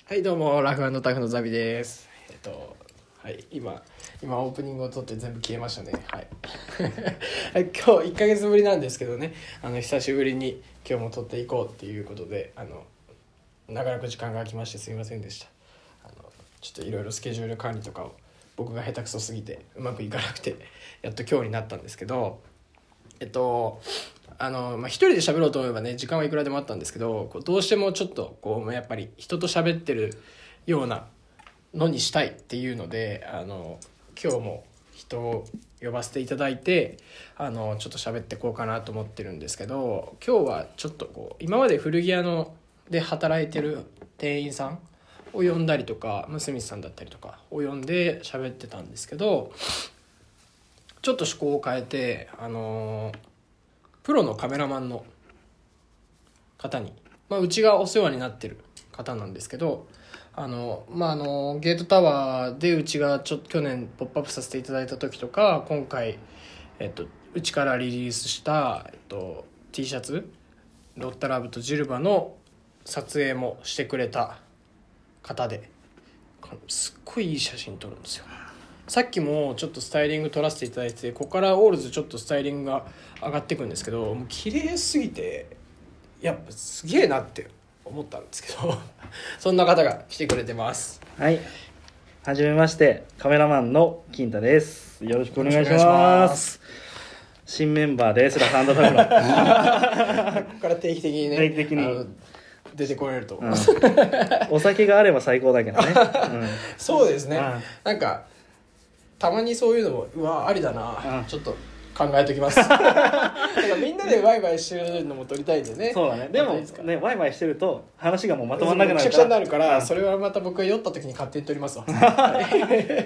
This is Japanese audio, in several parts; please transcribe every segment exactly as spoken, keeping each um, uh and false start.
はいどうもラフ&タフのザビです。えっとはい今今オープニングを撮って全部消えましたね。はい今日いっかげつぶりなんですけどね、あの久しぶりに今日も撮っていこうっていうことで、あの長らく時間が空きましてすみませんでした。あのちょっといろいろスケジュール管理とかを僕が下手くそすぎてうまくいかなくてやっと今日になったんですけど、えっとあのまあ、一人で喋ろうと思えばね時間はいくらでもあったんですけど、こうどうしてもちょっとこうやっぱり人と喋ってるようなのにしたいっていうので、あの今日も人を呼ばせていただいて、あのちょっと喋ってこうかなと思ってるんですけど、今日はちょっとこう今まで古着屋ので働いてる店員さんを呼んだりとか娘さんだったりとかを呼んで喋ってたんですけど、ちょっと趣向を変えて、あのプロのカメラマンの方に、まあ、うちがお世話になってる方なんですけど、あの、まあ、あのゲートタワーでうちがちょ去年ポップアップさせていただいた時とか、今回、えっと、うちからリリースした、えっと、T シャツロッタラブとジルバの撮影もしてくれた方で、すっごいいい写真撮るんですよ。さっきもちょっとスタイリング撮らせていただいて、ここからオールズちょっとスタイリングが上がっていくんですけど、もう綺麗すぎてやっぱすげえなって思ったんですけどそんな方が来てくれてます。 はい、はじめまして、カメラマンの金太です。よろしくお願いします。新メンバーです。ラフ&タフのここから定期的にね、 定期的に出てこれると思います、うん、 お酒があれば最高だけどね、うん、 そうですね、 うん、 なんかたまにそういうのもうわありだな、うん、ちょっと考えときますなんかみんなでワイワイしてるのも撮りたいんでね。 そうだね。でもね、ワイワイしてると話がもうまとまらなくなるから、 めちゃくちゃになるから、うん、それはまた僕が酔った時に勝手に撮りますわはい、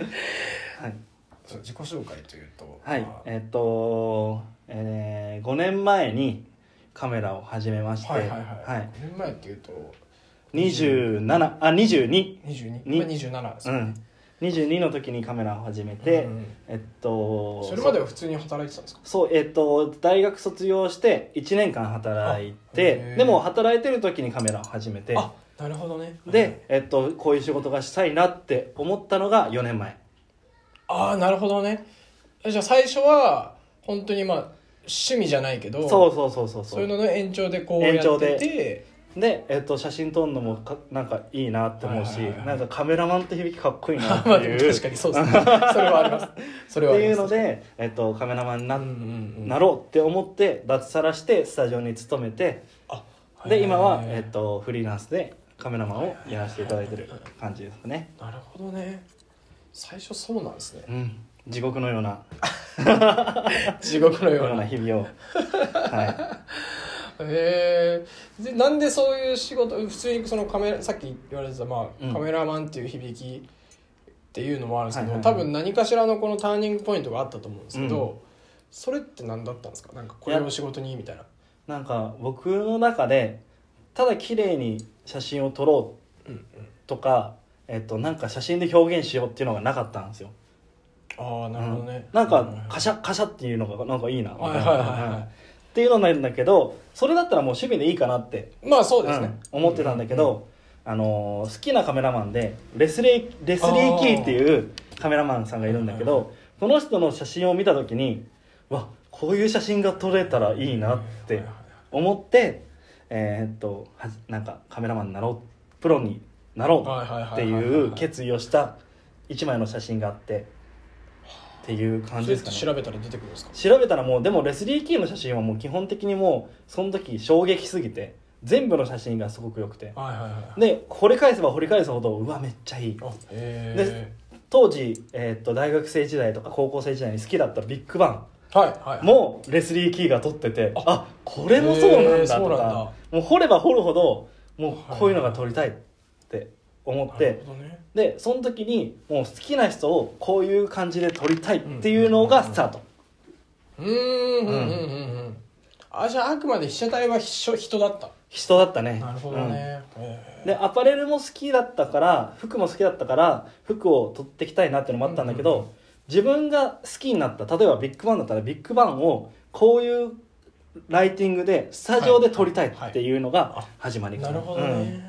自己紹介というと、 はい、えー、っと、えー、ごねんまえにカメラを始めまして、 はいはいはい、はい、ごねんまえっていうとにじゅうななあにじゅうににじゅうに今にじゅうななですよね、うん、 にじゅうにの時にカメラを始めて、うん、えっとそれまでは普通に働いてたんですか？ そう、えっと大学卒業していちねんかん働いて、でも働いてる時にカメラを始めて、 あ、なるほどね。 で、えっとこういう仕事がしたいなって思ったのがよねんまえ。 ああ、なるほどね。じゃあ最初は本当にまあ趣味じゃないけど、 そうそうそうそうそういうのの延長でこうやってて、 で、えっと、写真撮るのもかなんかいいなって思うし、はいはいはいはい、なんかカメラマンって響きかっこいいなっていう確かにそうですねそれはありますそれはありますっていうので、えっと、カメラマンに な,、うんうんうん、なろうって思って脱サラしてスタジオに勤めて、あで今は、えっと、フリーランスでカメラマンをやらせていただいてる感じですね。 なるほどね。最初そうなんですね、 うん、地獄のような地獄のような日々をはいへえ。でなんでそういう仕事、普通にそのカメラ、さっき言われてた、まあうん、カメラマンっていう響きっていうのもあるんですけど、はいはいはい、多分何かしらのこのターニングポイントがあったと思うんですけど、うん、それって何だったんですか？なんかこれを仕事にみたいな。 なんか僕の中でただ綺麗に写真を撮ろうとか、うんうん、えっと、なんか写真で表現しようっていうのがなかったんですよ。 ああ、なるほどね、 うん、なんかカシャカシャっていうのがなんかいいなみたいな、 はいはいはいはい、 っていうのなんだけど、それだったらもう趣味でいいかなって、 まあそうですね、 うん、思ってたんだけど、うんうん、あのー、好きなカメラマンでレスリーレスリー・キーっていうカメラマンさんがいるんだけど、この人の写真を見た時に、わ、こういう写真が撮れたらいいなって思って、えー、っとはなんかカメラマンになろう、プロになろうっていう決意をした一枚の写真があって、っていう感じですかね。 調べたら出てくるんですか？ 調べたらもう、でもレスリー・キーの写真はもう基本的にもうその時衝撃すぎて全部の写真がすごく良くて、 はいはいはい、 で掘り返せば掘り返すほどうわめっちゃいい。 へで当時、えー、っと大学生時代とか高校生時代に好きだったビッグバン、 はいはいはい、 もうレスリー・キーが撮ってて、あ, あこれもそうなんだとか、もう掘れば掘るほどもうこういうのが撮りたいって思って、はいはいはい、ね、でその時にもう好きな人をこういう感じで撮りたいっていうのがスタート。 うんうんうんうんうんうん。あ、じゃああくまで被写体は人だった。 人だったね。 なるほどね、 うん、でアパレルも好きだったから、服も好きだったから服を撮っていきたいなっていうのもあったんだけど、うんうんうん、自分が好きになった、例えばビッグバンだったらビッグバンをこういうライティングでスタジオで撮りたいっていうのが始まりかな。 はいはいはい、なるほどね、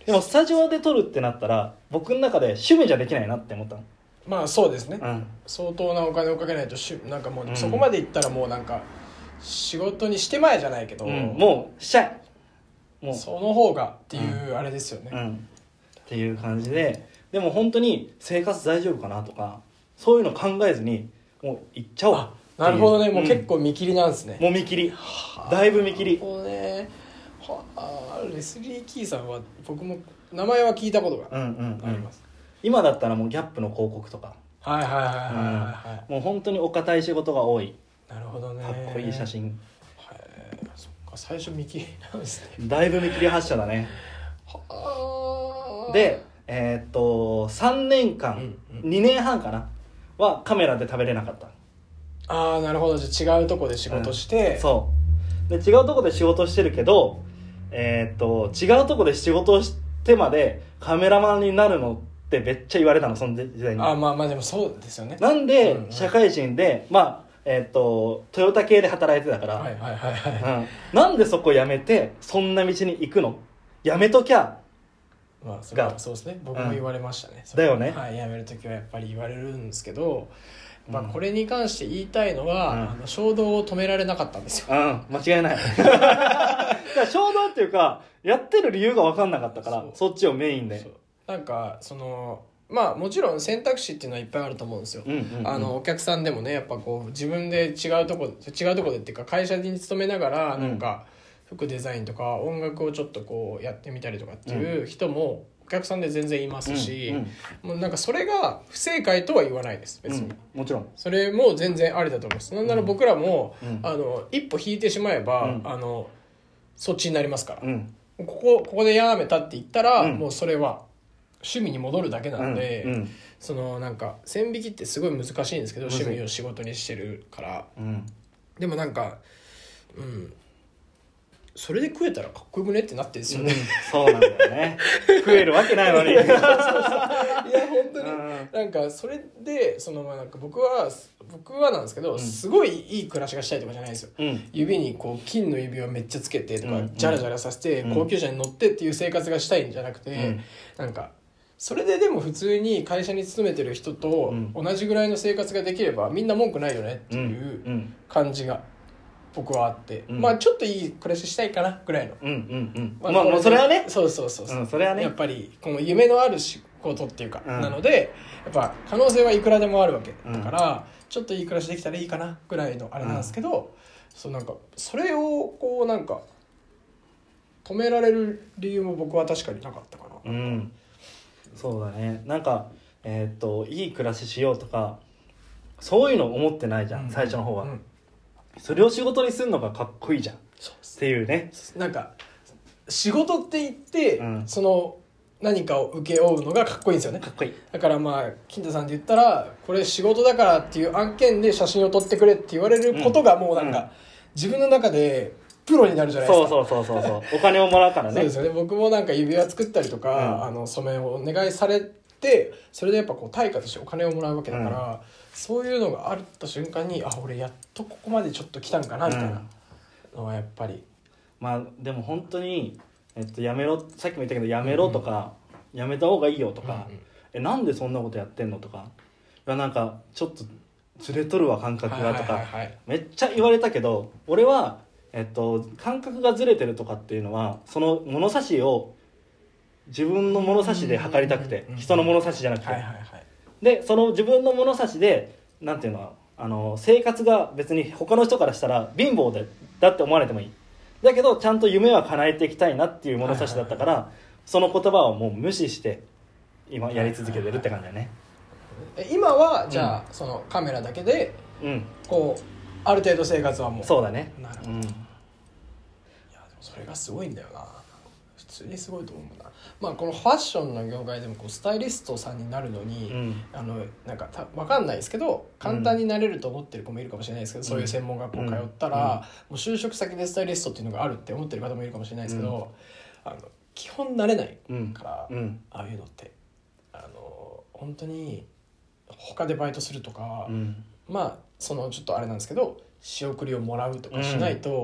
でもスタジオで撮るってなったら僕の中で趣味じゃできないなって思ったの。 まあそうですね、 うん、 相当なお金をかけないとしなんかもうそこまでいったらもうなんか仕事にしてまえじゃないけど、 うん、もうしちゃえ、もうその方がっていうあれですよね、 うんうん、っていう感じで、でも本当に生活大丈夫かなとかそういうの考えずにもう行っちゃおう。 なるほどね、もう結構見切りなんですね、 もう見切り、だいぶ見切り。 なるほどね。はあ、レスリー・キーさんは僕も名前は聞いたことがあります、 うんうんうん、今だったらもうギャップの広告とか、 はいはいはいはいはい、 うん、もう本当にお堅い仕事が多い。 なるほどね、 かっこいい写真。 はい、そっか、最初見切りなんですね。 だいぶ見切り発車だね。 はあ。 でえー、っとさんねんかん、うんうん、にねんはんかなはカメラで食べれなかった。 ああ、なるほど。じゃあ違うとこで仕事して、 うん、そうで違うとこで仕事してるけど、えー、っと違うとこで仕事してまでカメラマンになるのってめっちゃ言われたの、その時代に。 あ、まあまあでもそうですよね。 なんで、うんうん、社会人でまあえー、っとトヨタ系で働いてたから、 はいはいはいはい、 うん、なんでそこ辞めてそんな道に行くの、辞めときゃ。 まあ、それはそうですね、僕も言われましたね、 うん、だよね、 はい、辞めるときはやっぱり言われるんですけど、まあ、これに関して言いたいのは、うん、あの衝動を止められなかったんですよ。 うん、間違いないだから衝動っていうかやってる理由が分かんなかったから、 そ, そっちをメインで。 なんかそのまあもちろん選択肢っていうのはいっぱいあると思うんですよ、 うんうんうん、 あのお客さんでもねやっぱこう自分で違うとこ違うとこでっていうか会社に勤めながらなんか服デザインとか音楽をちょっとこうやってみたりとかっていう人もお客さんで全然いますし、うんうん、もうなんかそれが不正解とは言わないです別に、うん、 もちろんそれも全然ありだと思います。なんなら僕らも、うん、あの一歩引いてしまえば、うん、あのそっちになりますから、うん、ここここでやめたって言ったら、うん、もうそれは趣味に戻るだけなんで、うんうん、そのなんか線引きってすごい難しいんですけど趣味を仕事にしてるから、うん、でもなんか、うん、それで食えたらかっこよくねってなってるんですよね、うん、 そうなんだよね食えるわけないのにいや本当に、うん、なんかそれでそのまあなんか僕は僕はなんですけど、うん、すごいいい暮らしがしたいとかじゃないですよ、うん、指にこう金の指輪めっちゃつけてとか、うん、ジャラジャラさせて、うん、高級車に乗ってっていう生活がしたいんじゃなくて、うん、なんかそれででも普通に会社に勤めてる人と同じぐらいの生活ができればみんな文句ないよねっていう感じが僕はあって、うん、まあちょっといい暮らししたいかなぐらいの、 うんうんうんまあ、まあ、もうそれはねそうそうそうそう、 うん、それはねやっぱりこの夢のある仕事っていうか、うん、なのでやっぱ可能性はいくらでもあるわけだから、うん、ちょっといい暮らしできたらいいかなぐらいのあれなんですけど、うん、そうなんかそれをこうなんか止められる理由も僕は確かになかったかな、 うん、そうだね。なんかえー、っといい暮らししようとかそういうの思ってないじゃん、うん、最初の方は、うん、それを仕事にするのがかっこいいじゃんっていうね。 なんか仕事って言って、うん、その何かを請け負うのがかっこいいんですよね。 かっこいい。 だからまあ金田さんで言ったらこれ仕事だからっていう案件で写真を撮ってくれって言われることがもうなんか、うん、自分の中でプロになるじゃないですか。 そうそうそうそうお金をもらうからね。 そうですよね。僕もなんか指輪作ったりとか、うん、あの染めをお願いされてそれでやっぱこう対価としてお金をもらうわけだから、うん、そういうのがあった瞬間にあ俺やっとここまでちょっと来たんかなみたいなのはやっぱり、 うん、まあでも本当にえっと、やめろさっきも言ったけどやめろとか、うん、やめた方がいいよとか、うんうん、えなんでそんなことやってんのとかいやなんかちょっとずれとるわ感覚がとか、はいはいはいはい、めっちゃ言われたけど俺は、えっと、感覚がずれてるとかっていうのはその物差しを自分の物差しで測りたくて、うんうん、人の物差しじゃなくて、はいはいはい、でその自分の物差しでなんていうのあの生活が別に他の人からしたら貧乏でだって思われてもいいだけどちゃんと夢は叶えていきたいなっていう物差しだったから、はいはいはい、その言葉をもう無視して今やり続けてるって感じだね。 はいはいはい、今はじゃあ、うん、そのカメラだけで、うん、こうある程度生活はもうそうだね。 なるほど、うん、いやでもそれがすごいんだよな。普通にすごいと思うな。まあこのファッションの業界でもこうスタイリストさんになるのに、うん、あのなんかた分かんないですけど簡単になれると思ってる子もいるかもしれないですけど、うん、そういう専門学校通ったら、うん、もう就職先でスタイリストっていうのがあるって思ってる方もいるかもしれないですけど、うん、あの基本なれないから、うん、ああいうのってあの本当に他でバイトするとか、うん、まあそのちょっとあれなんですけど仕送りをもらうとかしないと、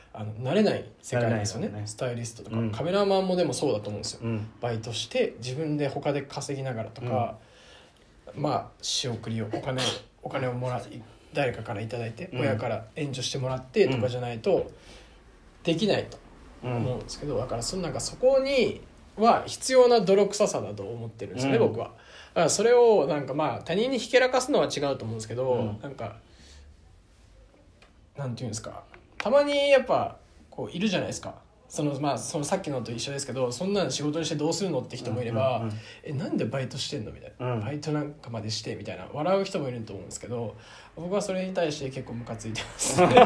あの慣れない世界なんですよね、 ねスタイリストとか、 うん、 カメラマンもでもそうだと思うんですよ、 うん、 バイトして自分で他で稼ぎながらとか、うん、まあ仕送りをお金をお金をもらい誰かからいただいて、うん、親から援助してもらってとかじゃないとできないと思うんですけど、だからそのなんかそこには必要な泥臭さだと思ってるんですよね、うん、僕は。だからそれをなんかまあ他人にひけらかすのは違うと思うんですけど、うん、なんかなんていうんですか、たまにやっぱこういるじゃないですか、そのまあそのさっきのと一緒ですけど、そんなの仕事にしてどうするのって人もいれば、うんうんうん、えなんでバイトしてんのみたいな、うん、バイトなんかまでしてみたいな笑う人もいると思うんですけど、僕はそれに対して結構ムカついてます結構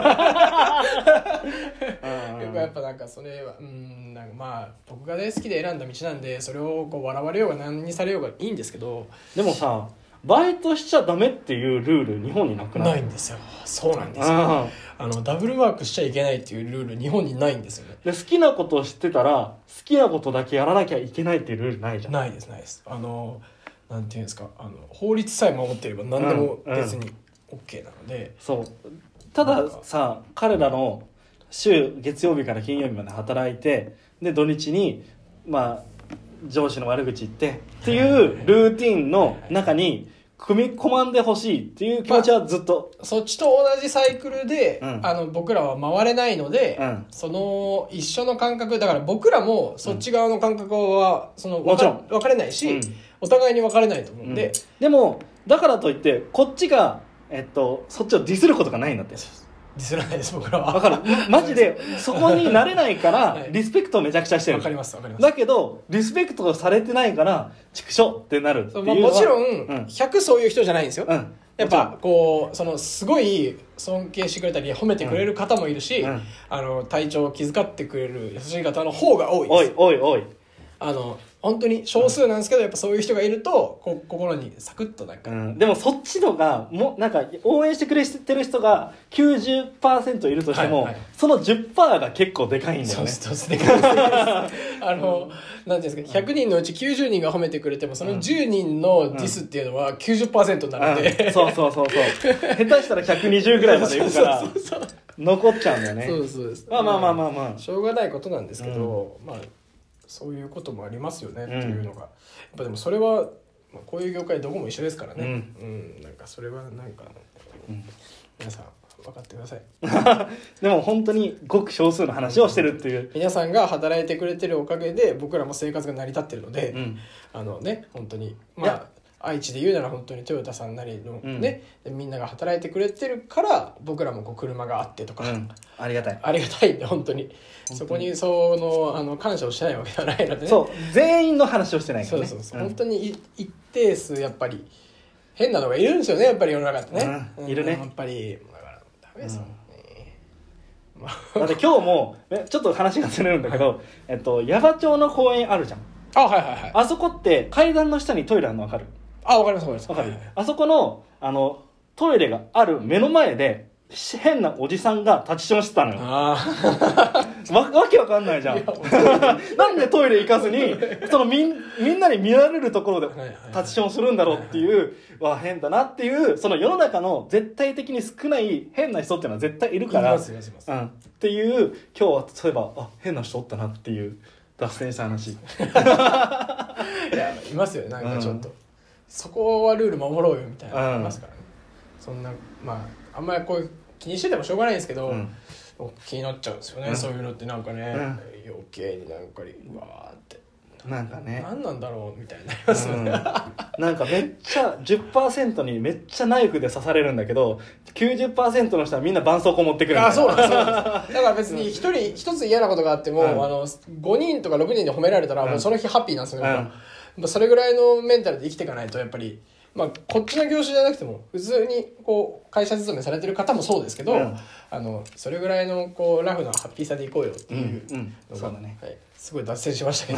やっぱなんかそれはうんなんかまあ僕が大好きで選んだ道なんで、それをこう笑われようが何にされようがいいんですけど、 でもさバイトしちゃダメっていうルール日本になくない？ ないんですよ。そうなんですよ。ああのダブルワークしちゃいけないっていうルール日本にないんですよね。 で好きなことを知ってたら好きなことだけやらなきゃいけないっていうルールないじゃん。 ないですないです。あのなんていうんですか、あの法律さえ守っていれば何でも別に OK なので、うんうん、 そうたださ彼らの週月曜日から金曜日まで働いてで土日にまあ上司の悪口言ってっていうルーティンの中に組み込まんでほしいっていう気持ちはずっと、 まあ、そっちと同じサイクルで、うん、あの僕らは回れないので、うん、その一緒の感覚だから僕らもそっち側の感覚は、うん、その分か、分かれないし、うん、お互いに分かれないと思うんで、うん、 でもだからといってこっちが、えっと、そっちをディスることがないんだって。 ディスらないです僕らは。 分かるマジでそこになれないからリスペクトをめちゃくちゃしてる。 分かります分かります。 だけどリスペクトされてないから畜生ってなるっていうのは、 まあ、もちろんひゃくそういう人じゃないんですよ、うん、やっぱこうそのすごい尊敬してくれたり褒めてくれる方もいるし、うん、あの体調を気遣ってくれる優しい方の方が多いです。 おいおいおいあの本当に少数なんですけど、やっぱそういう人がいるとこ心にサクッとなんか、 うん、でもそっちのがもなんか応援してくれてる人が きゅうじゅっパーセント いるとしても、はいはい、その じゅっパーセント が結構でかいんだよね。 そうそうでかいですあの、うん、なんていうんですか、ひゃくにんのうちきゅうじゅうにんが褒めてくれてもそのじゅうにんのディスっていうのは きゅうじゅっパーセント になるんで、うんうん、 そうそうそうそう下手したらひゃくにじゅうぐらいまでいくからそうそうそうそう残っちゃうんだよね。 そうそうです。 まあまあまあまあまあしょうがないことなんですけど、うん、まあそういうこともありますよねっていうのが、うん、やっぱでもそれは、まあ、こういう業界どこも一緒ですからね、うんうん、なんかそれはなんか、うん、皆さん分かってくださいでも本当にごく少数の話をしてるっていう、 皆さんが働いてくれてるおかげで僕らも生活が成り立ってるので、うん、あのね本当にまあ愛知で言うなら本当にトヨタさんなりのね、うん、みんなが働いてくれてるから僕らもこう車があってとか、うん、 ありがたいありがたいんで本当にそこにそのあの感謝をしてないわけではないのでね。 そう全員の話をしてないからね。 そうそうそう、うん、本当に一定数やっぱり変なのがいるんですよね、やっぱり世の中ってね、 うん、いるね、 やっぱりだからダメですもんね、 うん、だって今日もちょっと話がずれるんだけど、はい、えっと矢場町の公園あるじゃん。 あ、はいはいはい。 あそこって階段の下にトイレあるの分かる？ あ、わかりますわかります。 わかる、 はいはい、 あそこのあのトイレがある目の前で変なおじさんが立ちションしてたのよ。あわ, わけわかんないじゃんなんでトイレ行かずにそのみんみんなに見られるところで立ちションするんだろうっていう、はいはいはい、わ変だなっていう、その世の中の絶対的に少ない変な人っていうのは絶対いるから、うん、っていう今日はそういえばあ変な人おったなっていう脱線した話いやいますよね、なんかちょっと、うん、そこはルール守ろうよみたいなのありますからね、うん、そんなまああんまりこういう気にしててもしょうがないんですけど、うん、気になっちゃうんですよね、うん、そういうのってなんかね、うん、余計になんかうわーってなんかね何なんだろうみたいになりますよね、うん、 なんかめっちゃ じゅっパーセント にめっちゃナイフで刺されるんだけど きゅうじゅっパーセント の人はみんな絆創膏持ってくるんだよ。あ、 そうなんですそうなんですだから別に一人一つ嫌なことがあっても、うん、あのごにんとかろくにんで褒められたら、うん、もうその日ハッピーなんですよ、うん、それぐらいのメンタルで生きていかないとやっぱりまあ、こっちの業種じゃなくても普通にこう会社勤めされてる方もそうですけど、うん、あのそれぐらいのこうラフなハッピーさでいこうよっていうのが、うんうん、そうだね、はい、すごい脱線しましたけど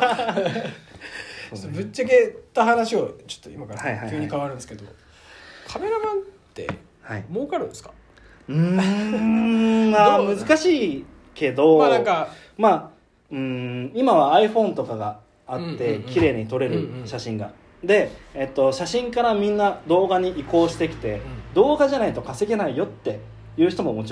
ぶっちゃけた話をちょっと今から急に変わるんですけど、はいはいはい、カメラマンって儲かるんですか？ うーんまあ難しいけど、まあなんかまあうーん今は iPhone とかがあって綺麗に撮れる写真が、で、えっと、写真からみんな動画に移行してきて、うん、動画じゃないと稼げないよっていう人ももちろん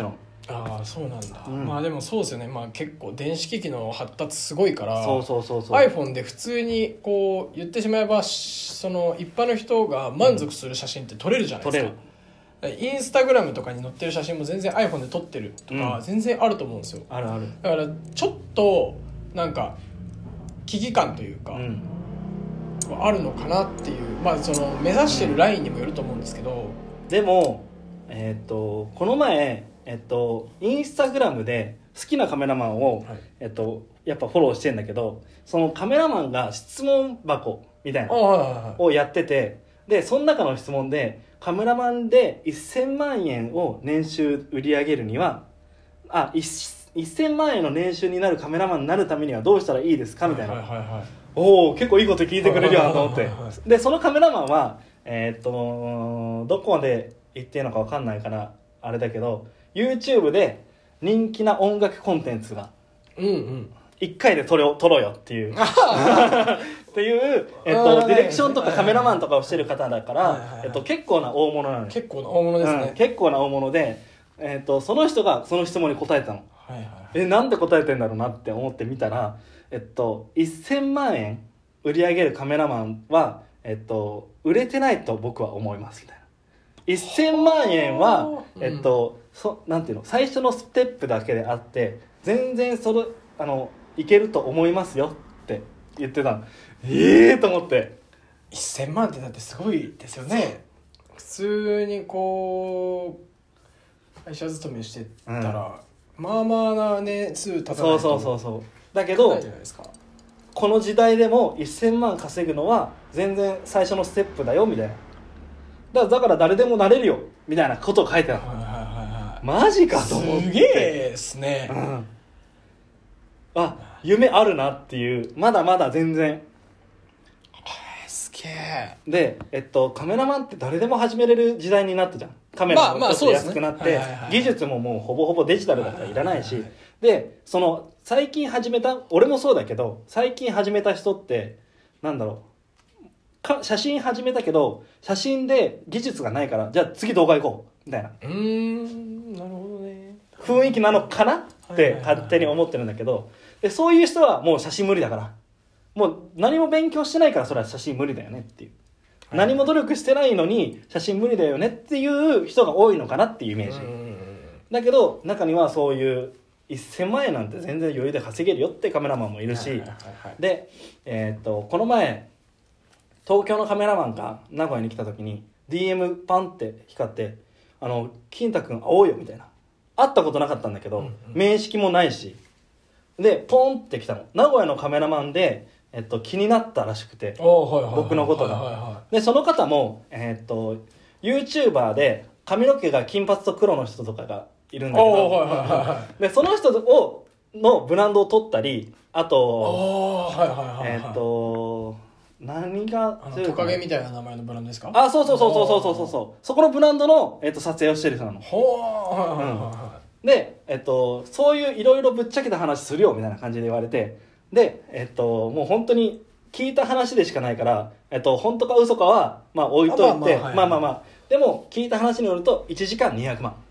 ああそうなんだ、 うん、 まあでもそうですよね、まあ、結構電子機器の発達すごいからそうそうそうそう iPhone で普通にこう言ってしまえばその一般の人が満足する写真って撮れるじゃないですか、うん、インスタグラムとかに載ってる写真も全然 iPhone で撮ってるとか、うん、全然あると思うんですよ。 あるある。 だからちょっとなんか危機感というか、うん、あるのかなっていう、まあその目指してるラインにもよると思うんですけど、 うん、でもえー、っとこの前えっとインスタグラムで好きなカメラマンを、はい、えっとやっぱフォローしてんだけど、そのカメラマンが質問箱みたいなをやってて、でその中の質問でカメラマンでせんまんえんを年収売り上げるにはあせんまんえんの年収になるカメラマンになるためにはどうしたらいいですかみたいな、はいはいはいはい、おお結構いいこと聞いてくれるやんと思って、でそのカメラマンはえー、っとどこまで言ってるのか分かんないからあれだけど YouTube で人気な音楽コンテンツがいっかいで撮ろう、撮ろうよっていうっていう、えっと、ディレクションとかカメラマンとかをしてる方だから、えっと、結構な大物なのよ。 結構な大物ですね、 うん、結構な大物で、えっと、その人がその質問に答えたの、はいはいはい、えなんで答えてんだろうなって思ってみたら、えっと、せんまんえん売り上げるカメラマンは、えっと、売れてないと僕は思いますみたいな。せんまんえんは、えっと、そなんていうの最初のステップだけであって全然それあのいけると思いますよって言ってたの。ええー、と思ってせんまんってだってすごいですよね。普通にこう会社勤めしてたら、うん、まあまあなね数立たないとそうそうそうそうだけどこの時代でもせんまん稼ぐのは全然最初のステップだよみたいな、だからだから誰でもなれるよみたいなことを書いてある、はいはいはいはい、マジかと思ってすげえですね、 うん、あ夢あるなっていう、まだまだ全然すげえで、えっと、カメラマンって誰でも始めれる時代になったじゃん。カメラもちょっと安くなって、技術ももうほぼほぼデジタルだからいらないし、でその最近始めた俺もそうだけど最近始めた人ってなんだろうか写真始めたけど写真で技術がないからじゃあ次動画行こうみたいなうーんなるほどね雰囲気なのかなって勝手に思ってるんだけど、でそういう人はもう写真無理だからもう何も勉強してないからそれは写真無理だよねっていう、はい、何も努力してないのに写真無理だよねっていう人が多いのかなっていうイメージだけど、中にはそういうせんまんえんなんて全然余裕で稼げるよってカメラマンもいるし、はいはいはいはい、で、えー、っとこの前東京のカメラマンが名古屋に来た時に ディーエム パンって光ってあの金太くん会おうよみたいな、会ったことなかったんだけど、うんうん、面識もないしでポンって来たの。名古屋のカメラマンで、えっと、気になったらしくて、はいはい、僕のことが、はいはいはい、でその方も、えー、っと YouTuber で髪の毛が金髪と黒の人とかがいるんだけど、はいはいはい、でその人をのブランドを取ったり、あと、はいはいはいはい、えー、っと何があのトカゲみたいな名前のブランドですか？ あ、そうそうそうそうそうそうそうそこのブランドの、えー、っと撮影をしてる人なの。 ほー、はいはいはいはい、 で、えっと、そういういろいろぶっちゃけた話するよみたいな感じで言われて、で、えっと、もう本当に聞いた話でしかないから、えっと、本当か嘘かは、まあ置いといて、まあまあまあ、でも聞いた話によるといちじかんにひゃくまん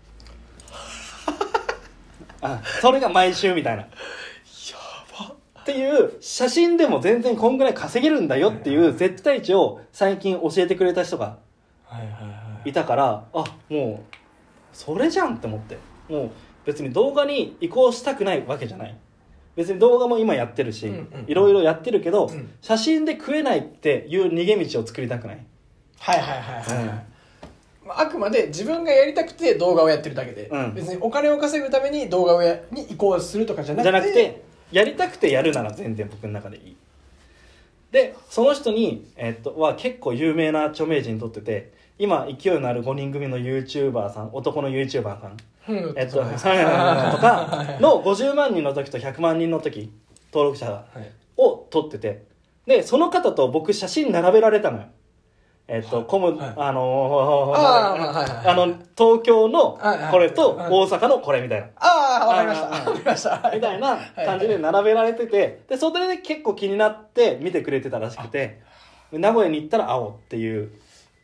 あ、それが毎週みたいなやばっていう写真でも全然こんぐらい稼げるんだよっていう絶対値を最近教えてくれた人がいたから、あ、もうそれじゃんって思って、もう別に動画に移行したくないわけじゃない、別に動画も今やってるし、いろいろやってるけど、うん、写真で食えないっていう逃げ道を作りたくない。 はいはいはいはい、うん、あくまで自分がやりたくて動画をやってるだけで、うん、別にお金を稼ぐために動画をやに移行するとかじゃなくて、 じゃなくてやりたくてやるなら全然僕の中でいい。でその人に、えー、っとは結構有名な著名人撮ってて、今勢いのあるごにん組の YouTuber さん、男の YouTuber さん、うん、えっととかのごじゅうまんにんの時とひゃくまんにんの時登録者を撮ってて、でその方と僕写真並べられたのよ。えっと、コム、はい、あのー、あ、はいはい、あの東京のこれと大阪のこれみたいな、 ああわかりましたわかりましたみたいな感じで並べられてて、でそれで結構気になって見てくれてたらしくて、名古屋に行ったら会おうっていう。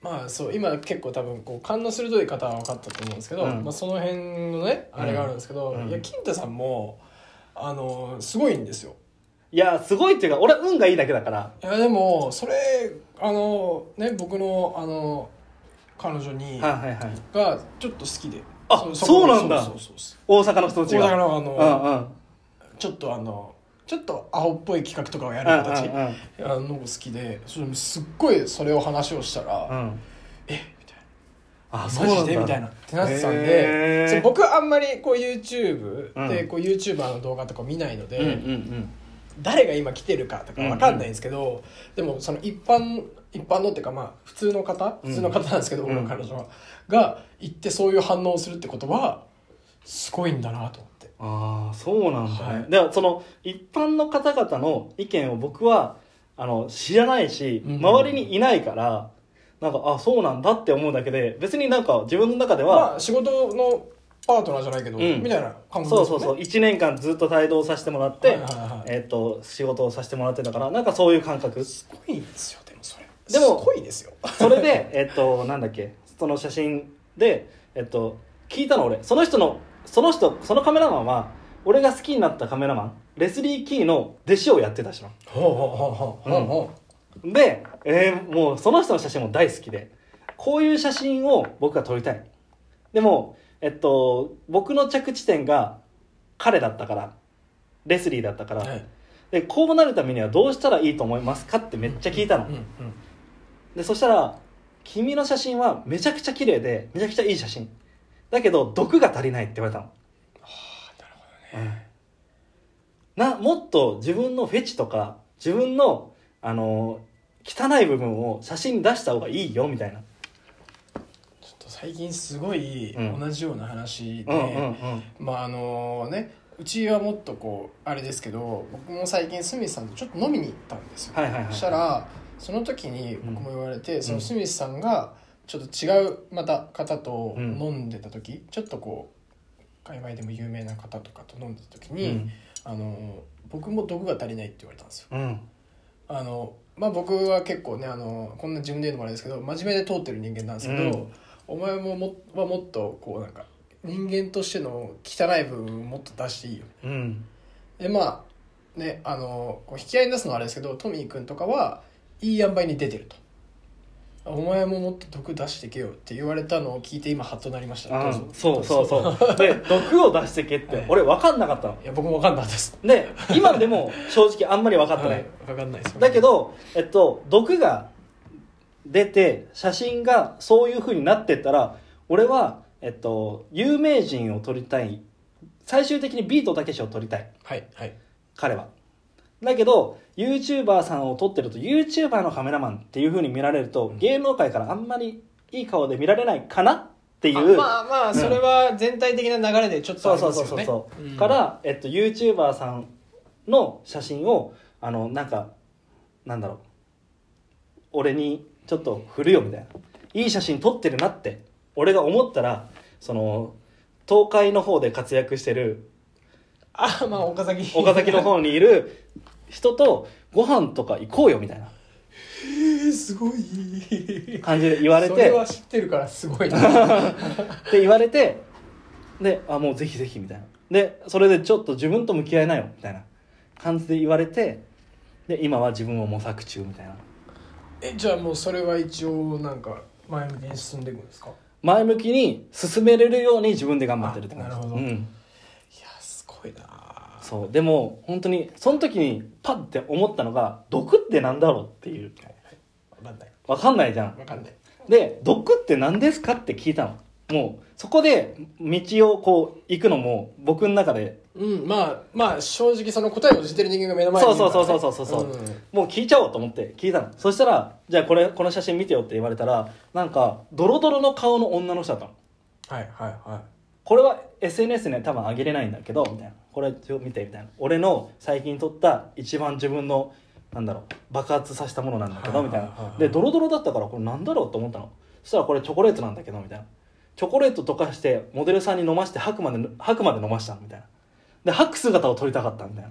まあそう今結構多分こう勘の鋭い方は分かったと思うんですけど、 うんまあ、その辺のねあれがあるんですけど、 うんいや金太さんもあのすごいんですよ。 いやすごいっていうか俺は運がいいだけだから。 いやでもそれあのね僕のあの彼女に、 はいはいはい、 がちょっと好きで、 あそそうなんだ。 そうそうそうそう大阪の人たちが大阪のあの、 うんうん、 ちょっとあのちょっとアホっぽい企画とかをやる子たち、 うんうんうん、 あの好きで、それすっごいそれを話をしたら、 うん、 えみたいな、 あマジでみたいなってなってたんへー、 で、そう僕はあんまりこう YouTube でうんこう YouTuber の動画とか見ないので、 うんうんうん誰が今来てるかとかわかんないんですけど、うんうん、でもその一般一般のっていうかまあ普通の方普通の方なんですけど、うん、僕の彼女はが行ってそういう反応をするってことはすごいんだなと思って。 ああそうなんだね、 はい、 ではその一般の方々の意見を僕はあの知らないし、うん、周りにいないからなんかあそうなんだって思うだけで別になんか自分の中では、 まあ、仕事のパートナーじゃないけど、うん、みたいな感覚ですよね。 そうそうそういちねんかんずっと帯同させてもらって、はいはいはい、えー、と仕事をさせてもらってたからなんかそういう感覚。 すごいですよ。でもそれでもすごいですよ。 それでえっ、ー、となんだっけその写真でえっ、ー、と聞いたの俺その人のその人そのカメラマンは俺が好きになったカメラマンレスリー・キーの弟子をやってた人。 ほうほうほうほうほうほう、うん、で、えー、もうその人の写真も大好きでこういう写真を僕は撮りたい。でもえっと僕の着地点が彼だったからレスリーだったから、はい、でこうなるためにはどうしたらいいと思いますかってめっちゃ聞いたの、うんうんうん、でそしたら君の写真はめちゃくちゃ綺麗でめちゃくちゃいい写真だけど毒が足りないって言われたの。 はあ、なるほどね、 うん、なもっと自分のフェチとか自分の、あの汚い部分を写真に出した方がいいよみたいな。 最近すごい同じような話で、 うんうんうんうん、 まああのねうちはもっとこうあれですけど僕も最近スミスさんとちょっと飲みに行ったんですよ、 はいはいはい、 そしたらその時に僕も言われて、うん、そのスミスさんがちょっと違うまた方と飲んでた時、うん、ちょっとこう界隈でも有名な方とかと飲んでた時に、うん、あの僕も毒が足りないって言われたんですよ、 うん、あのまあ、僕は結構ねあのこんな自分で言うのもあれですけど真面目で通ってる人間なんですけど、うんお前ももはもっとこうなんか人間としての汚い部分をもっと出していいよ、 うん、 でまあねあのこう引き合いに出すのはあれですけどトミー君とかはいい塩梅に出てるとお前ももっと毒出してけよって言われたのを聞いて今ハッとなりました。 あそうそうそうで毒を出してけって俺分かんなかったの、はい、 いや僕も分かんなかったですで今でも正直あんまり分かってない、 はい、分かんないですだけど、えっと、毒が出て写真がそういう風になってったら俺は、えっと、有名人を撮りたい最終的にビートたけしを撮りたい、 はいはい、 彼はだけど YouTuber さんを撮ってると YouTuber のカメラマンっていう風に見られると、うん、芸能界からあんまりいい顔で見られないかなっていうまあまあそれは全体的な流れでちょっとありますよね。 そうそうそうそう、うん、から、えっと、YouTuber さんの写真をあのなんかなんだろう俺にちょっと振るよみたいないい写真撮ってるなって俺が思ったらその東海の方で活躍してるあまあ岡崎岡崎の方にいる人とご飯とか行こうよみたいなえー、すごい感じで言われてそれは知ってるからすごいなって言われてであもうぜひぜひみたいなでそれでちょっと自分と向き合いなよみたいな感じで言われてで今は自分を模索中みたいな。 えじゃあもうそれは一応なんか前向きに進んでいくんですか。 前向きに進めれるように自分で頑張ってるって感じ。 なるほど、 うん、いやすごいな。 そうでも本当にその時にパッて思ったのが毒ってなんだろうっていう、 はいはい、分かんない分かんないじゃん。 分かんないで毒って何ですかって聞いたの。もうそこで道をこう行くのも僕の中でうんまあまあ正直その答えを知ってる人間が目の前にいるから、ね、 そうそうそうそうそうそう、うん、もう聞いちゃおうと思って聞いたの。そしたらじゃあこれこの写真見てよって言われたらなんかドロドロの顔の女の人だったの。 はいはいはい。 これは エスエヌエス に多分上げれないんだけどみたいなこれ見てみたいな俺の最近撮った一番自分のなんだろう爆発させたものなんだけどみたいなでドロドロだったからこれなんだろうと思ったの。そしたらこれチョコレートなんだけどみたいなチョコレート溶かしてモデルさんに飲まして吐くまで吐くまで飲ましたみたいなで吐く姿を撮りたかったみたいな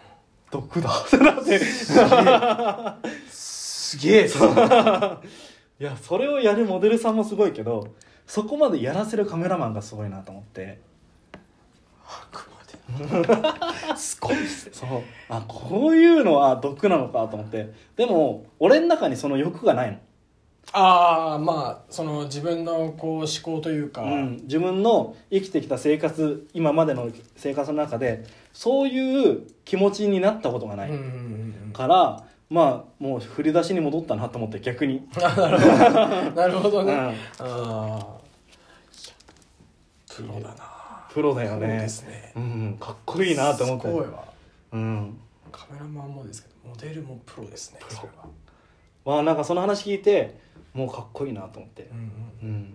毒だってなってすげえすげえいやそれをやるモデルさんもすごいけど、そこまでやらせるカメラマンがすごいなと思って。 あくまですごいですね。 そう、あこういうのは毒なのかと思って。でも俺の中にその欲がないの。 ああ、まあその自分のこう思考というか、 うん、自分の生きてきた生活、今までの生活の中でそういう気持ちになったことがない、 うんうんうん、 からまあもう振り出しに戻ったなと思って、逆に。 なるほどなるほどね、うん、ああプロだな。 プロだよね。 プロですね、 うん、かっこいいなと思って。 すごいわ、 うん、 カメラマンもですけどモデルもプロですね。 プロそれはまあなんかその話聞いてもうかっこいいなと思って、 うんうんうん、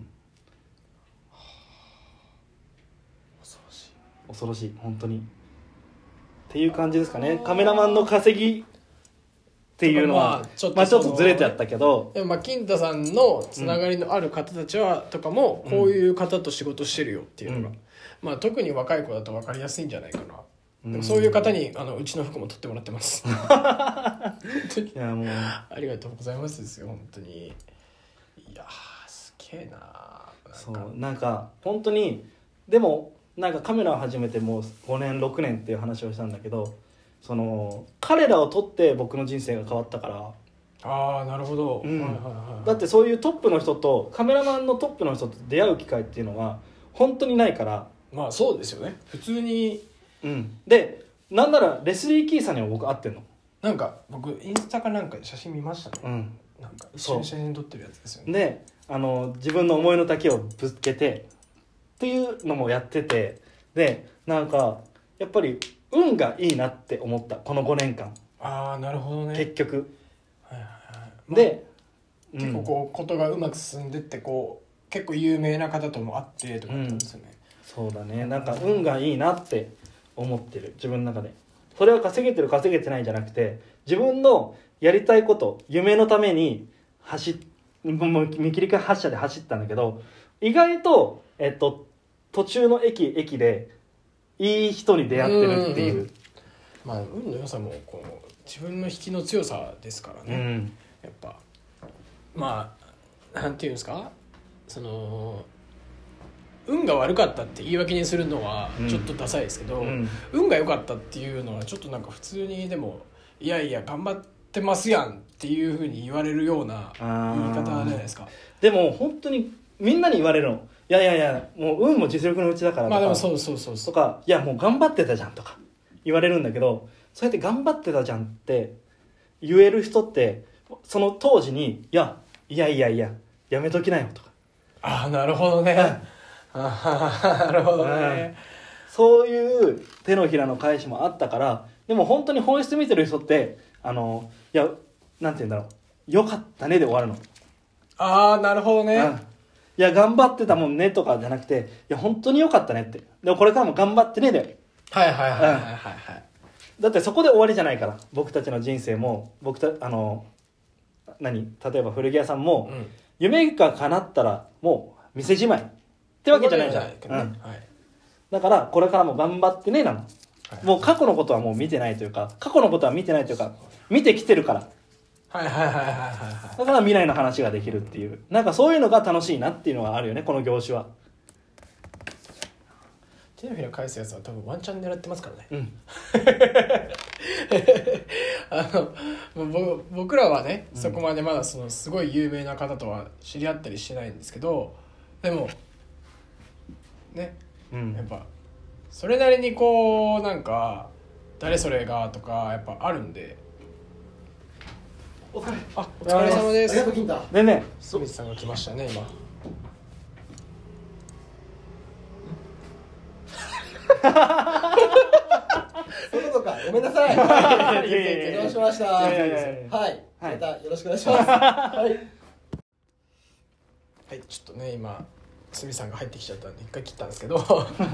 恐ろしい恐ろしい本当にっていう感じですかね。カメラマンの稼ぎっていうのはまあちょっと、まあ、ちょっとずれてあったけど、 でもまあ金太さんのつながりのある方たちは、うん、とかもこういう方と仕事してるよっていうのが、うん、まあ特に若い子だと分かりやすいんじゃないかな。でもそういう方にあのうちの服も取ってもらってますいやもうありがとうございますですよ本当に。いやすげえな。なんかそうなんか本当にでもなんかカメラを始めてもうごねんろくねんっていう話をしたんだけど、その彼らを撮って僕の人生が変わったから。 ああなるほど、 うんはいはいはい、 だってそういうトップの人とカメラマンのトップの人と出会う機会っていうのは本当にないから。 まあそうですよね普通に、 うん、でなんならレスリー・キーさんにも僕会ってんの。 なんか僕インスタかなんかで写真見ましたね、 うん、 なんか一緒に写真撮ってるやつですよね。 であの自分の思いの丈をぶつけてっていうのもやってて、でなんかやっぱり運がいいなって思ったこのごねんかん。 ああなるほどね。 結局、 はいはいはい、 で、 まあ、結構こうことがうまく進んでってこう結構有名な方とも会ってとかってことですよね、 うん、そうだね。なんか運がいいなって思ってる自分の中で。それは稼げてる稼げてないんじゃなくて、自分のやりたいこと夢のために走っもう見切り発車で走ったんだけど、意外と、えっと、途中の駅駅でいい人に出会ってるっていう、うんうんうん、 まあ運の良さもこう自分の引きの強さですからね、うん、やっぱまあなんていうんですか、その運が悪かったって言い訳にするのはちょっとダサいですけど、うん、運が良かったっていうのはちょっとなんか普通にでもいやいや頑張ってますやんっていう風に言われるような言い方じゃないですか。 でも本当にみんなに言われるの、いやいやいやもう運も実力のうちだからとか、 まあでもそうそうそうそうとか、いやもう頑張ってたじゃんとか言われるんだけど、そうやって頑張ってたじゃんって言える人ってその当時にいやいやいやいややめときなよとか。 ああなるほどね、あなるほどね、 うん、そういう手のひらの返しもあったから。でも本当に本質見てる人ってあのいやなんて言うんだろう、よかったねで終わるの。 ああなるほどね、うん、 いや頑張ってたもんねとかじゃなくて、いや本当によかったねって、でもこれからも頑張ってねで、 はいはいはいはいはい、はい、 だってそこで終わりじゃないから。僕たちの人生も僕たあの何例えば古着屋さんも、うん、夢が叶ったらもう店じまいってわけじゃないじゃん、ね、うんはい、だからこれからも頑張ってねなの、はい、もう過去のことはもう見てないというか、過去のことは見てないというか見てきてるから、 はいはいはいはいはい、 だから未来の話ができるっていう、なんかそういうのが楽しいなっていうのがあるよね、この業種は。 手のひら返すやつは多分ワンチャン狙ってますからね、うん、あの僕らはね、うん、そこまでまだそのすごい有名な方とは知り合ったりしてないんですけど、でもね、うん、やっぱそれなりにこうなんか誰それがとかやっぱあるんで。 お疲れあお疲れ様です。 ありがとう金太。 ねねスミスさんが来ましたね今。 そういうことか、ごめんなさい。はい、お邪魔しました。はい、はい、またよろしくお願いします。はい。 はい、ちょっとね今スミさんが入ってきちゃったんで一回切ったんですけど、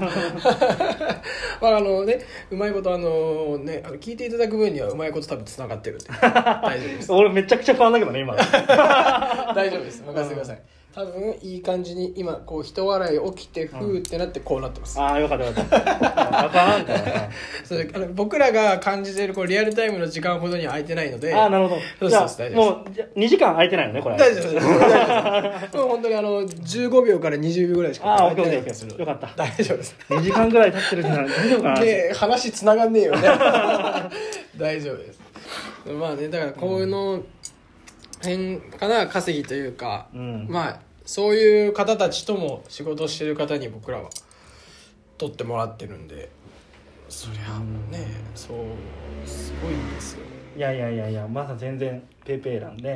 まああのねうまいことあのねあの聞いていただく分にはうまいこと多分つながってるんで大丈夫です。 俺めちゃくちゃ不安だけどね今。 大丈夫です。任せてください。 多分いい感じに今こう人笑い起きてふーってなってこうなってます、 うん、ああよかったよかったあかんからそれあの僕らが感じているこうリアルタイムの時間ほどには空いてないので、 ああなるほど、じゃあもうにじかん空いてないのねこれ。 大丈夫です大丈夫ですもう本当にあのじゅうごびょうからにじゅうびょうぐらいしか空いてないです。 よかった、 大丈夫です。 にじかんぐらい経ってるじゃない大丈夫かな。 で話つながんねえよね大丈夫です。まあね、だからこの辺かな、稼ぎというか、うん、まあそういう方たちとも仕事してる方に僕らは取ってもらってるんで、そりゃね、そうすごいんですよ。 いやいやいやいや、まだ全然ペーペーなんで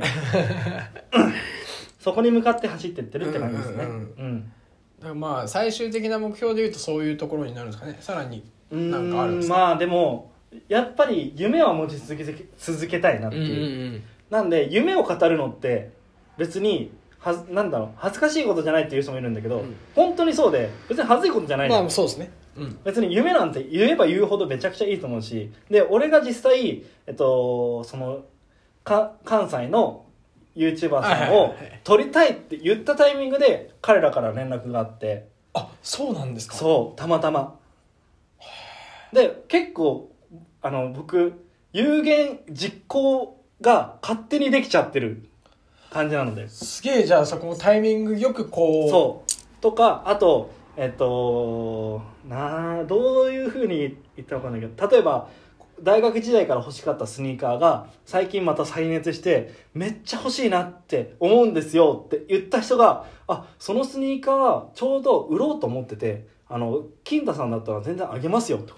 そこに向かって走ってってるって感じですね。うん、うんうん、 だからまあ最終的な目標でいうとそういうところになるんですかね。さらになんかあるんですか。 まあでもやっぱり夢は持ち続け続けたいなっていう、うんうんうん、なんで夢を語るのって別にはなんだろう恥ずかしいことじゃないっていう人もいるんだけど、うん、本当にそうで別に恥ずいことじゃない。 まあそうですね、うん、 別に夢なんて言えば言うほどめちゃくちゃいいと思うし、で俺が実際、えっと、そのか関西の YouTuber さんを撮りたいって言ったタイミングで彼らから連絡があって。 あ、そうなんですか。 そうたまたまで結構あの僕有言実行が勝手にできちゃってる感じなので、 すげえ。じゃあそこもタイミングよくこうそうとか、あとえっとなどういう風に言ったのかんないけど、例えば大学時代から欲しかったスニーカーが最近また再熱してめっちゃ欲しいなって思うんですよって言った人が、あそのスニーカーちょうど売ろうと思ってて、あの金太さんだったら全然あげますよと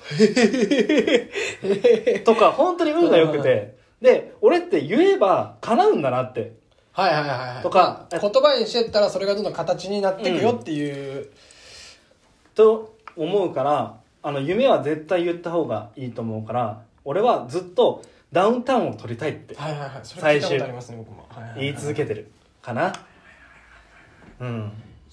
とか本当に運が良くて、で俺って言えば叶うんだなって、 はいはいはい、 とか言葉にしてったらそれがどんどん形になっていくよっていう、うん、 と思うから、あの夢は絶対言った方がいいと思うから、俺はずっとダウンタウンを撮りたいって最終言い続けてるかな。うん。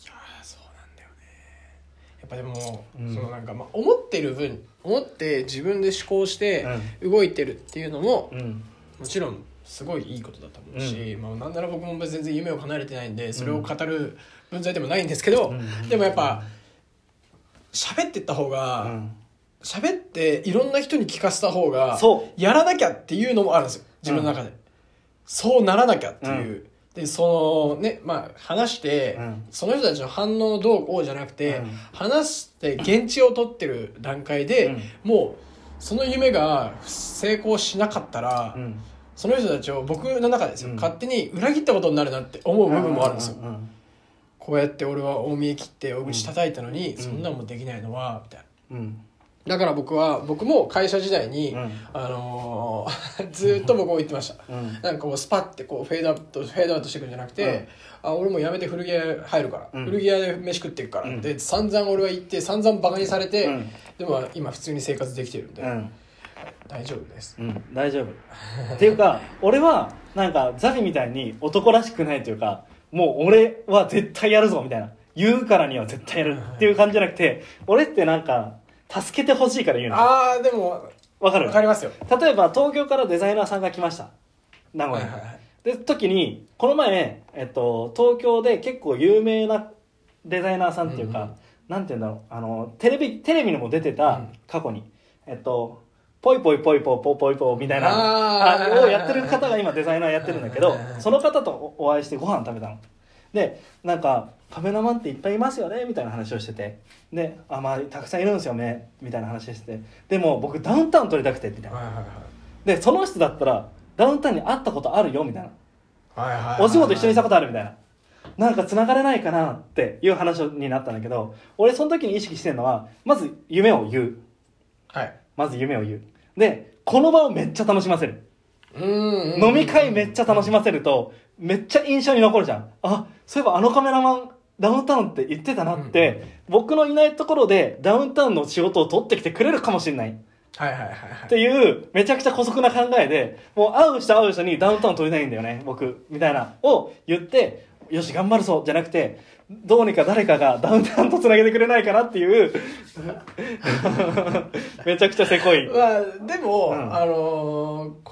やっぱでも、うん、そのなんかまあ思ってる分思って自分で思考して動いてるっていうのも、うん、もちろんすごいいいことだと思うし、うん、まあ、なんなら僕も全然夢を叶えれてないんでそれを語る分際でもないんですけど、うん、でもやっぱ喋ってった方が喋、うん、っていろんな人に聞かせた方がやらなきゃっていうのもあるんですよ、自分の中で、うん、そうならなきゃっていう、うんでそのねまあ、話して、うん、その人たちの反応どうこうじゃなくて、うん、話して現地を取ってる段階で、うん、もうその夢が成功しなかったら、うん、その人たちを僕の中でですよ、うん、勝手に裏切ったことになるなって思う部分もあるんですよ、うんうんうん、こうやって俺は大見え切って大口叩いたのに、うん、そんなんもできないのはみたいな、うんだから僕は僕も会社時代に、うん、あのー、ずっと僕も言ってました、うん、なんかこうスパッてこうフェードアウトフェードアウトしてくるんじゃなくて、うん、あ俺もやめて古着屋入るから、うん、古着屋で飯食っていくから、うん、で散々俺は言って散々バカにされて、うん、でも今普通に生活できてるんで、うん、大丈夫です、うん、 大丈夫っていうか俺はなんかザビみたいに男らしくないというか、もう俺は絶対やるぞみたいな言うからには絶対やるっていう感じじゃなくて、俺ってなんか助けてほしいから言うの。 あーでもわかる。 わかりますよ。 例えば東京からデザイナーさんが来ました名古屋に、はいはいはい、で時にこの前、えっと、東京で結構有名なデザイナーさんっていうか、うんうん、なんていうんだろう、あのテレビテレビにも出てた、うん、過去にえっとポイポイポイポイポイポイポイみたいなあをやってる方が今デザイナーやってるんだけど、その方とお会いしてご飯食べたので、なんかカメラマンっていっぱいいますよねみたいな話をしてて、であまあたくさんいるんですよねみたいな話をしてて、でも僕ダウンタウン撮りたくてみたいな、はいはいはい、でその人だったらダウンタウンに会ったことあるよみたいな、はいはいはいはい、お仕事一緒にしたことあるみたいな、なんか繋がれないかなっていう話になったんだけど、俺その時に意識してるのはまず夢を言う、はい、まず夢を言うでこの場をめっちゃ楽しませる、うんうんうん、飲み会めっちゃ楽しませるとめっちゃ印象に残るじゃん。あ、そういえばあのカメラマンダウンタウンって言ってたなって、うんうん、僕のいないところでダウンタウンの仕事を取ってきてくれるかもしれない、はいはいはいはい、っていうめちゃくちゃ姑息な考えで、もう会う人会う人にダウンタウン取りたいんだよね僕みたいなを言って、よし頑張るぞじゃなくて、どうにか誰かがダウンタウンとつなげてくれないかなっていうめちゃくちゃせこい、 まあ、でも、うん、あのー、こ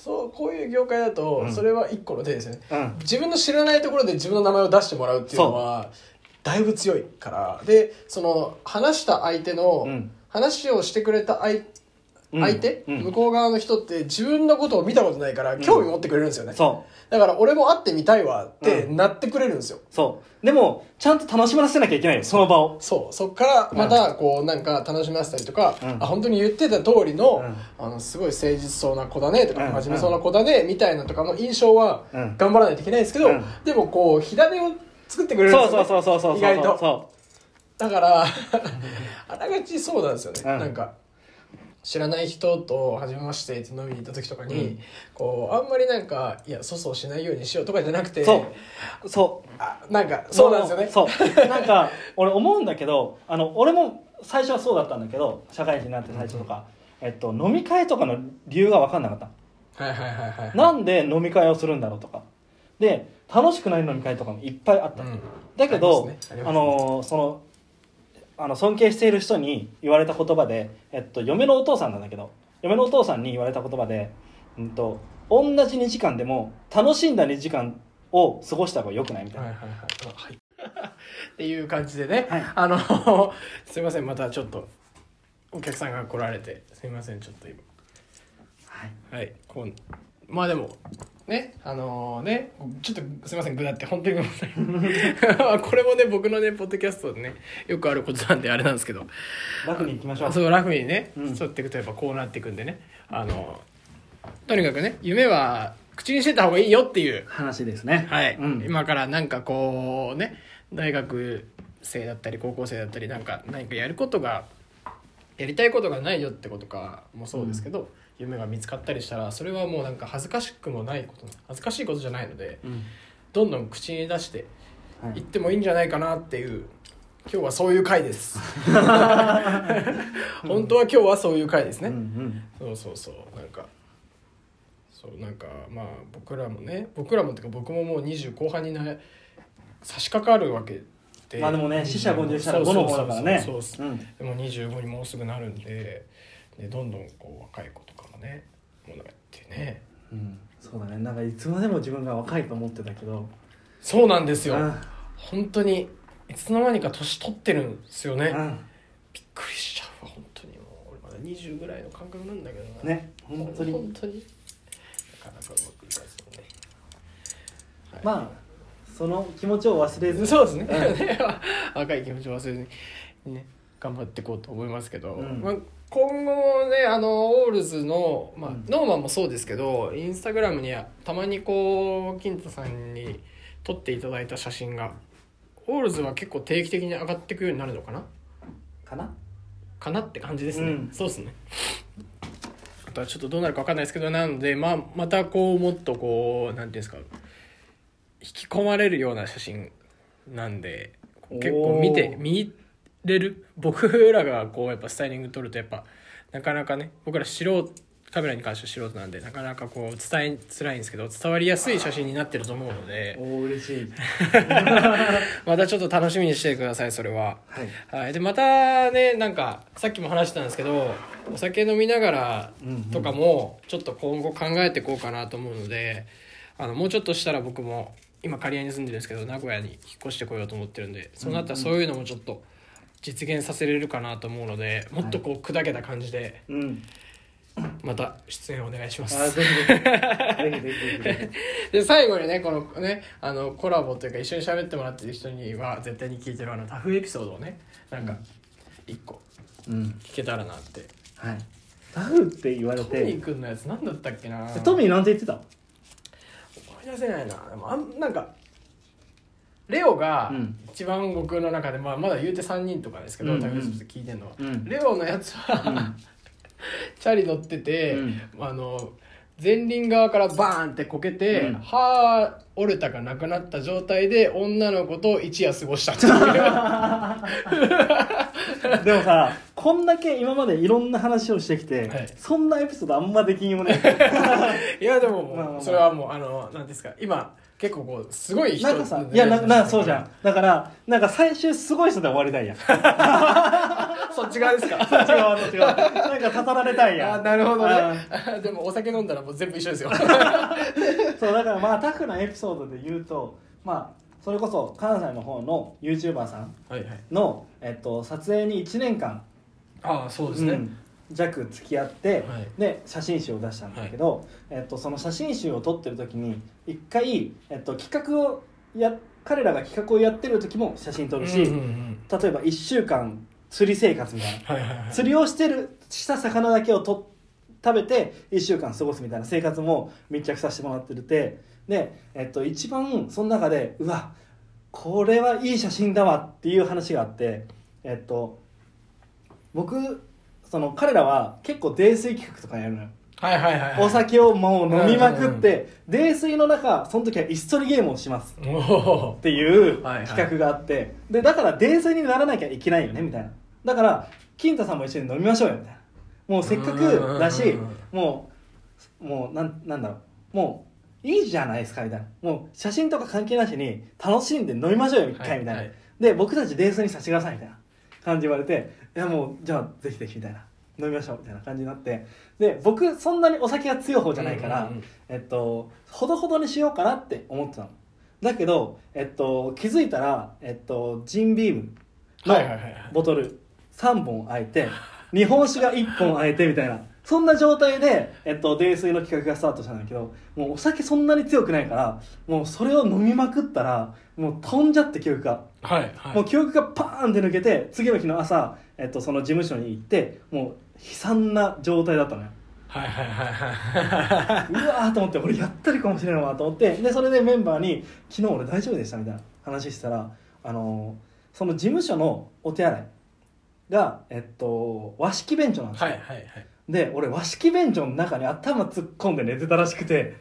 そうこういう業界だと、 うんそれは一個の手ですよね、 うん、 自分の知らないところで自分の名前を出してもらうっていうのはだいぶ強いからでその話した相手の、うん、話をしてくれた相手相手、うん、向こう側の人って自分のことを見たことないから興味持ってくれるんですよね、うん、そうだから俺も会ってみたいわってなってくれるんですよ、うん、 そうでもちゃんと楽しませなきゃいけないよその場をそうそっからまたこうなんか楽しませたりとか、うん、あ本当に言ってた通りの、うん、あのすごい誠実そうな子だねとか、うん、真面目そうな子だねみたいなとかの印象は頑張らないといけないんですけど、うん、でもこう火種を作ってくれるんですよねそうそうそうそうそう意外とそうだからあながちそうなんですよね、うん、なんか知らない人と初めましてって飲みに行った時とかに、うん、こうあんまりなんかいや粗相しないようにしようとかじゃなくてそうそうあなんかそうなんですよねそうなんか俺思うんだけどあの俺も最初はそうだったんだけど社会人になって最初とか、うんえっと、飲み会とかの理由が分かんなかったはいはいはいはい、はい、 なんで飲み会をするんだろうとかで楽しくない飲み会とかもいっぱいあった、うん、だけどあ、ねあね、あのそのあの尊敬している人に言われた言葉で、えっと、嫁のお父さんなんだけど嫁のお父さんに言われた言葉で、うん、と同じにじかんでも楽しんだにじかんを過ごした方が良くないみたいな、はいはいはいはい、 っていう感じでね、はい、あのすいませんまたちょっとお客さんが来られてすいませんちょっと今はい、はい、こうまあでもねあのー、ねちょっとすいませんぐだって本当にごめんなさいこれもね僕のねポッドキャストでねよくあることなんであれなんですけどラフにいきましょうそうラフにね、うん、そうやっていくとやっぱこうなっていくんでねあのとにかくね夢は口にしてた方がいいよっていう話ですねはい、うん、今からなんかこうね大学生だったり高校生だったりなんか何かやることがやりたいことがないよってことかもそうですけど、うん夢が見つかったりしたらそれはもうなんか恥ずかしくもないこと恥ずかしいことじゃないので、うん、どんどん口に出していってもいいんじゃないかなっていう、はい、今日はそういう回です本当は今日はそういう回ですね、うんうん、そうそうそうなんかそうなんかまあ僕らもね僕らもってか僕ももうにじゅう後半にな差し掛かるわけでまあでもね四捨五入したらごの方だからねそうそうそう、うん、でもにじゅうごにもうすぐなるんででどんどんこう若い子とかもねものやってね、 うん、そうだねなんかいつまでも自分が若いと思ってたけどそうなんですよ、うん、本当にいつの間にか年取ってるんですよね、うん、びっくりしちゃうわ本当にもう俺まだにじゅうぐらいの感覚なんだけどなね本当に本当になかなかうまくいかずにね、 はい、まあその気持ちを忘れずそうですね、うん、若い気持ちを忘れずにね頑張っていこうと思いますけど、うんまあ今後もねあのオールズの、まあうん、ノーマンもそうですけどインスタグラムにはたまにこう金太さんに撮っていただいた写真がオールズは結構定期的に上がっていくようになるのかなかなかなって感じですね、うん、そうですねあとはちょっとどうなるか分かんないですけどなので、まあ、またこうもっとこうなんていうんですか引き込まれるような写真なんで結構見て見れる僕らがこうやっぱスタイリング撮るとやっぱなかなかね僕ら素人カメラに関しては素人なんでなかなかこう伝えづらいんですけど伝わりやすい写真になってると思うのでお嬉しいまたちょっと楽しみにしてくださいそれは、はいはい、でまたねなんかさっきも話してたんですけどお酒飲みながらとかもちょっと今後考えていこうかなと思うのであのもうちょっとしたら僕も今刈谷に住んでるんですけど名古屋に引っ越してこようと思ってるんでそうなったらそういうのもちょっと実現させれるかなと思うのでもっとこう砕けた感じで、はいうん、また出演お願いします。あぜひぜひぜひぜひで最後にねこのねあのコラボというか一緒に喋ってもらってる人には絶対に聞いてるあのタフエピソードをねなんか一個聞けたらなって、 うんはい、タフって言われてトミー君のやつ何だったっけなトミーなんて言ってた思い出せないなでもあんなんかレオが一番僕の中で、まあ、まだ言うてさんにんとかですけど、うんうん、タイムスで聞いてるのは、うん、レオのやつは、うん、チャリ乗ってて、うん、あの前輪側からバーンってこけて、うん、歯折れたかなくなった状態で女の子と一夜過ごしたっていうでもさこんだけ今までいろんな話をしてきて、はい、そんなエピソードあんまできんよねいやでももう、まあまあまあ、それはもうあの何ですか今結構こうすごい人なんかさいやななそうじゃんだからなんか最終すごい人で終わりたいやんそっち側ですか。 そっち側そっち側なんかたたられたいや。 あなるほどね。でもお酒飲んだらもう全部一緒ですよ。 そうだからまあタフなエピソードで言うと、まあそれこそ関西の方の YouTuber さんの、えっと、撮影にいちねんかんああそうですね、 うん弱付き合って、 はい、 で写真集を出したんだけど、はいえっと、その写真集を撮ってる時に一回、えっと、企画をや彼らが企画をやってる時も写真撮るし、うんうんうん、例えばいっしゅうかん釣り生活みたいな、はいはいはい、釣りをしてるした魚だけをと食べていっしゅうかん過ごすみたいな生活も密着させてもらってるてで、えっと、一番その中でうわこれはいい写真だわっていう話があって、えっと、僕その彼らは結構泥酔企画とかやるのよ、はいはいはいはい、お酒をもう飲みまくって、うんうん、泥酔の中その時は椅子取りゲームをしますっていう企画があって、はいはい、でだから泥酔にならなきゃいけないよねみたいなだから金太さんも一緒に飲みましょうよみたいなもうせっかくだしもうもうなんなんだろうもういいじゃないですかみたいなもう写真とか関係なしに楽しんで飲みましょうよ一回みたいな、はいはい、で僕たち泥酔にさせてくださいみたいな感じ言われていやもうじゃあぜひぜひみたいな飲みましょうみたいな感じになってで僕そんなにお酒が強い方じゃないから、うんうんうん、えっとほどほどにしようかなって思ってたのだけど、えっと、気づいたら、えっと、ジンビームのボトルさんぼん空いて日本酒がいっぽん空いてみたいなそんな状態で、えっと、泥酔の企画がスタートしたんだけどもうお酒そんなに強くないからもうそれを飲みまくったらもう飛んじゃって記憶が、はいはい、もう記憶がパーンって抜けて次の日の朝、えっと、その事務所に行ってもう悲惨な状態だったのよはいはいはいはいうわーと思って俺やったりかもしれないわと思ってでそれでメンバーに昨日俺大丈夫でしたみたいな話したら、あのー、その事務所のお手洗いが、えっと、和式便所なんですよ、はいはいはい、で俺和式便所の中に頭突っ込んで寝てたらしくて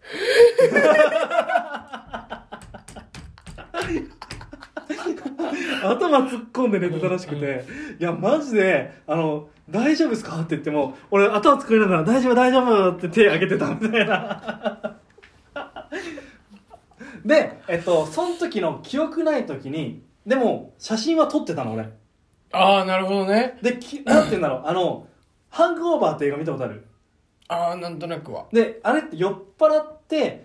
頭突っ込んで寝てたらしくていやマジであの大丈夫ですかって言っても俺頭突っ込みながら大丈夫大丈夫って手挙げてたみたいなで、えっと、その時の記憶ない時にでも写真は撮ってたの俺ああなるほどねできなんて言うんだろうあのハングオーバーって映画見たことあるああなんとなくはであれって酔っ払って、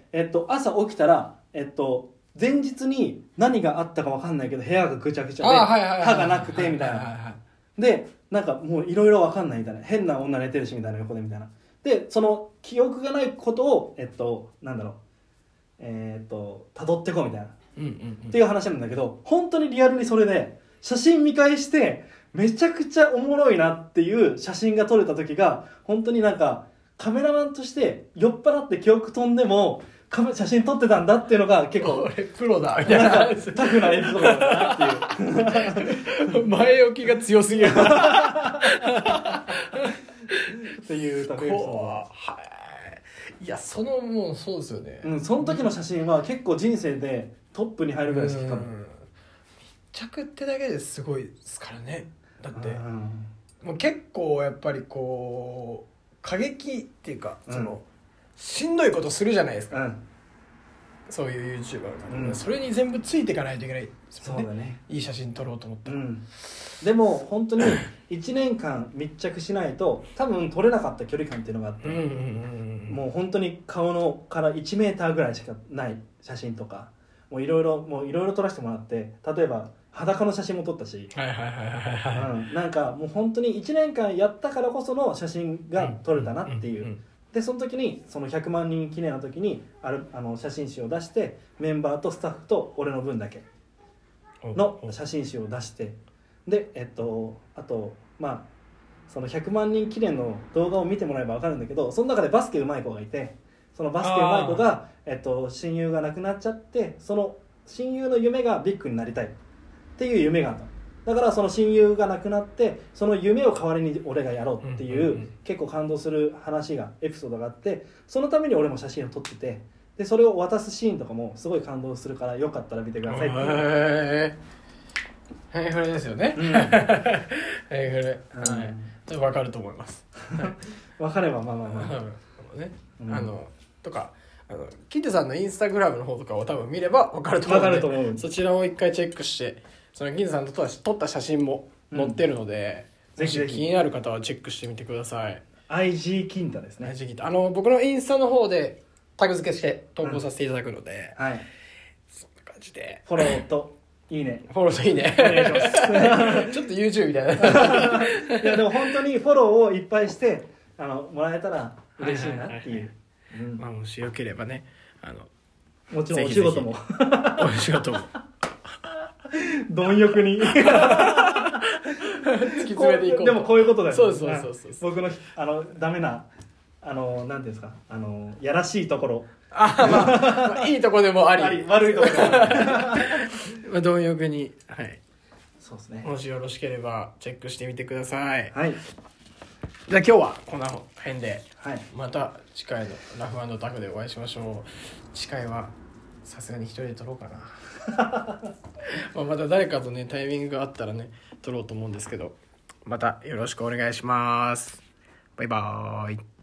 えっと、朝起きたらえっと前日に何があったか分かんないけど部屋がぐちゃぐちゃで歯がなくてみたいなでなんかもういろいろ分かんないみたいな変な女寝てるしみたいな横でみたいなでその記憶がないことをえっとなんだろうえー、っと辿ってこうみたいな、うんうんうん、っていう話なんだけど本当にリアルにそれで写真見返してめちゃくちゃおもろいなっていう写真が撮れた時が本当になんかカメラマンとして酔っ払って記憶飛んでも写真撮ってたんだっていうのが結構俺プロだみたいなタフなエピソードだなっていう前置きが強すぎるっていうタフエピソードはいいやそのもうそうですよね、 うん、その時の写真は結構人生でトップに入るぐらい好きかも密着ってだけですごいですからねだってもう結構やっぱりこう過激っていうか、うん、そのしんどいことするじゃないですか、うん、そういう YouTuber が、うん、それに全部ついていかないといけないですもんね。そうだねいい写真撮ろうと思ったら、うん、 でも本当にいちねんかん密着しないと多分撮れなかった距離感っていうのがあって、うんうんうんうん、もう本当に顔のからいちメーターぐらいしかない写真とかもういろいろもういろいろ撮らせてもらって例えば裸の写真も撮ったし、はいはいはいはい、うん、なんかもう本当にいちねんかんやったからこその写真が撮れたなっていう、うんうんうんうんでその時にそのひゃくまんにん記念の時にあるあの写真集を出してメンバーとスタッフと俺の分だけの写真集を出してでえっとあとまあそのひゃくまんにん記念の動画を見てもらえば分かるんだけどその中でバスケうまい子がいてそのバスケうまい子が、えっと、親友が亡くなっちゃってその親友の夢がビッグになりたいっていう夢があっただからその親友が亡くなってその夢を代わりに俺がやろうっていう、うんうんうん、結構感動する話がエピソードがあってそのために俺も写真を撮っててでそれを渡すシーンとかもすごい感動するからよかったら見てくださいっていうへーはいフレですよね、うん、はいフレ、はい、分かると思います分かればまあまあまあ、ねうん、あのとかあのキンテさんのインスタグラムの方とかを多分見れば分かると思うので分かると思うそちらを一回チェックしてその銀さんと撮った写真も載ってるので、 ぜひぜひ気になる方はチェックしてみてください。 アイジー 金太ですね。 あの僕のインスタの方でタグ付けして投稿させていただくので、 はい、 そんな感じでフォローといいねフォローといいねお願いしますちょっと YouTube みたいないやでも本当にフォローをいっぱいしてあのもらえたら嬉しいなっていう、うん、 まあもしよければね、あのもちろんお仕事もお仕事も貪欲に突き詰めていこう。 でもこういうことだよね。 そうそうそうそうそう。 僕のあのダメなあのなんていうんですか、あのやらしいところ、 あ、まあ、まあ、いいとこでもあり、 あり悪いところもありまあ貪欲に、はい。 そうですね。 もしよろしければチェックしてみてください。 はい。 じゃあ今日はこんな辺で、 はい、 また次回のラフ&タフでお会いしましょう。次回はさすがに一人で撮ろうかなまあまた誰かとねタイミングがあったらね撮ろうと思うんですけど、またよろしくお願いします。バイバーイ。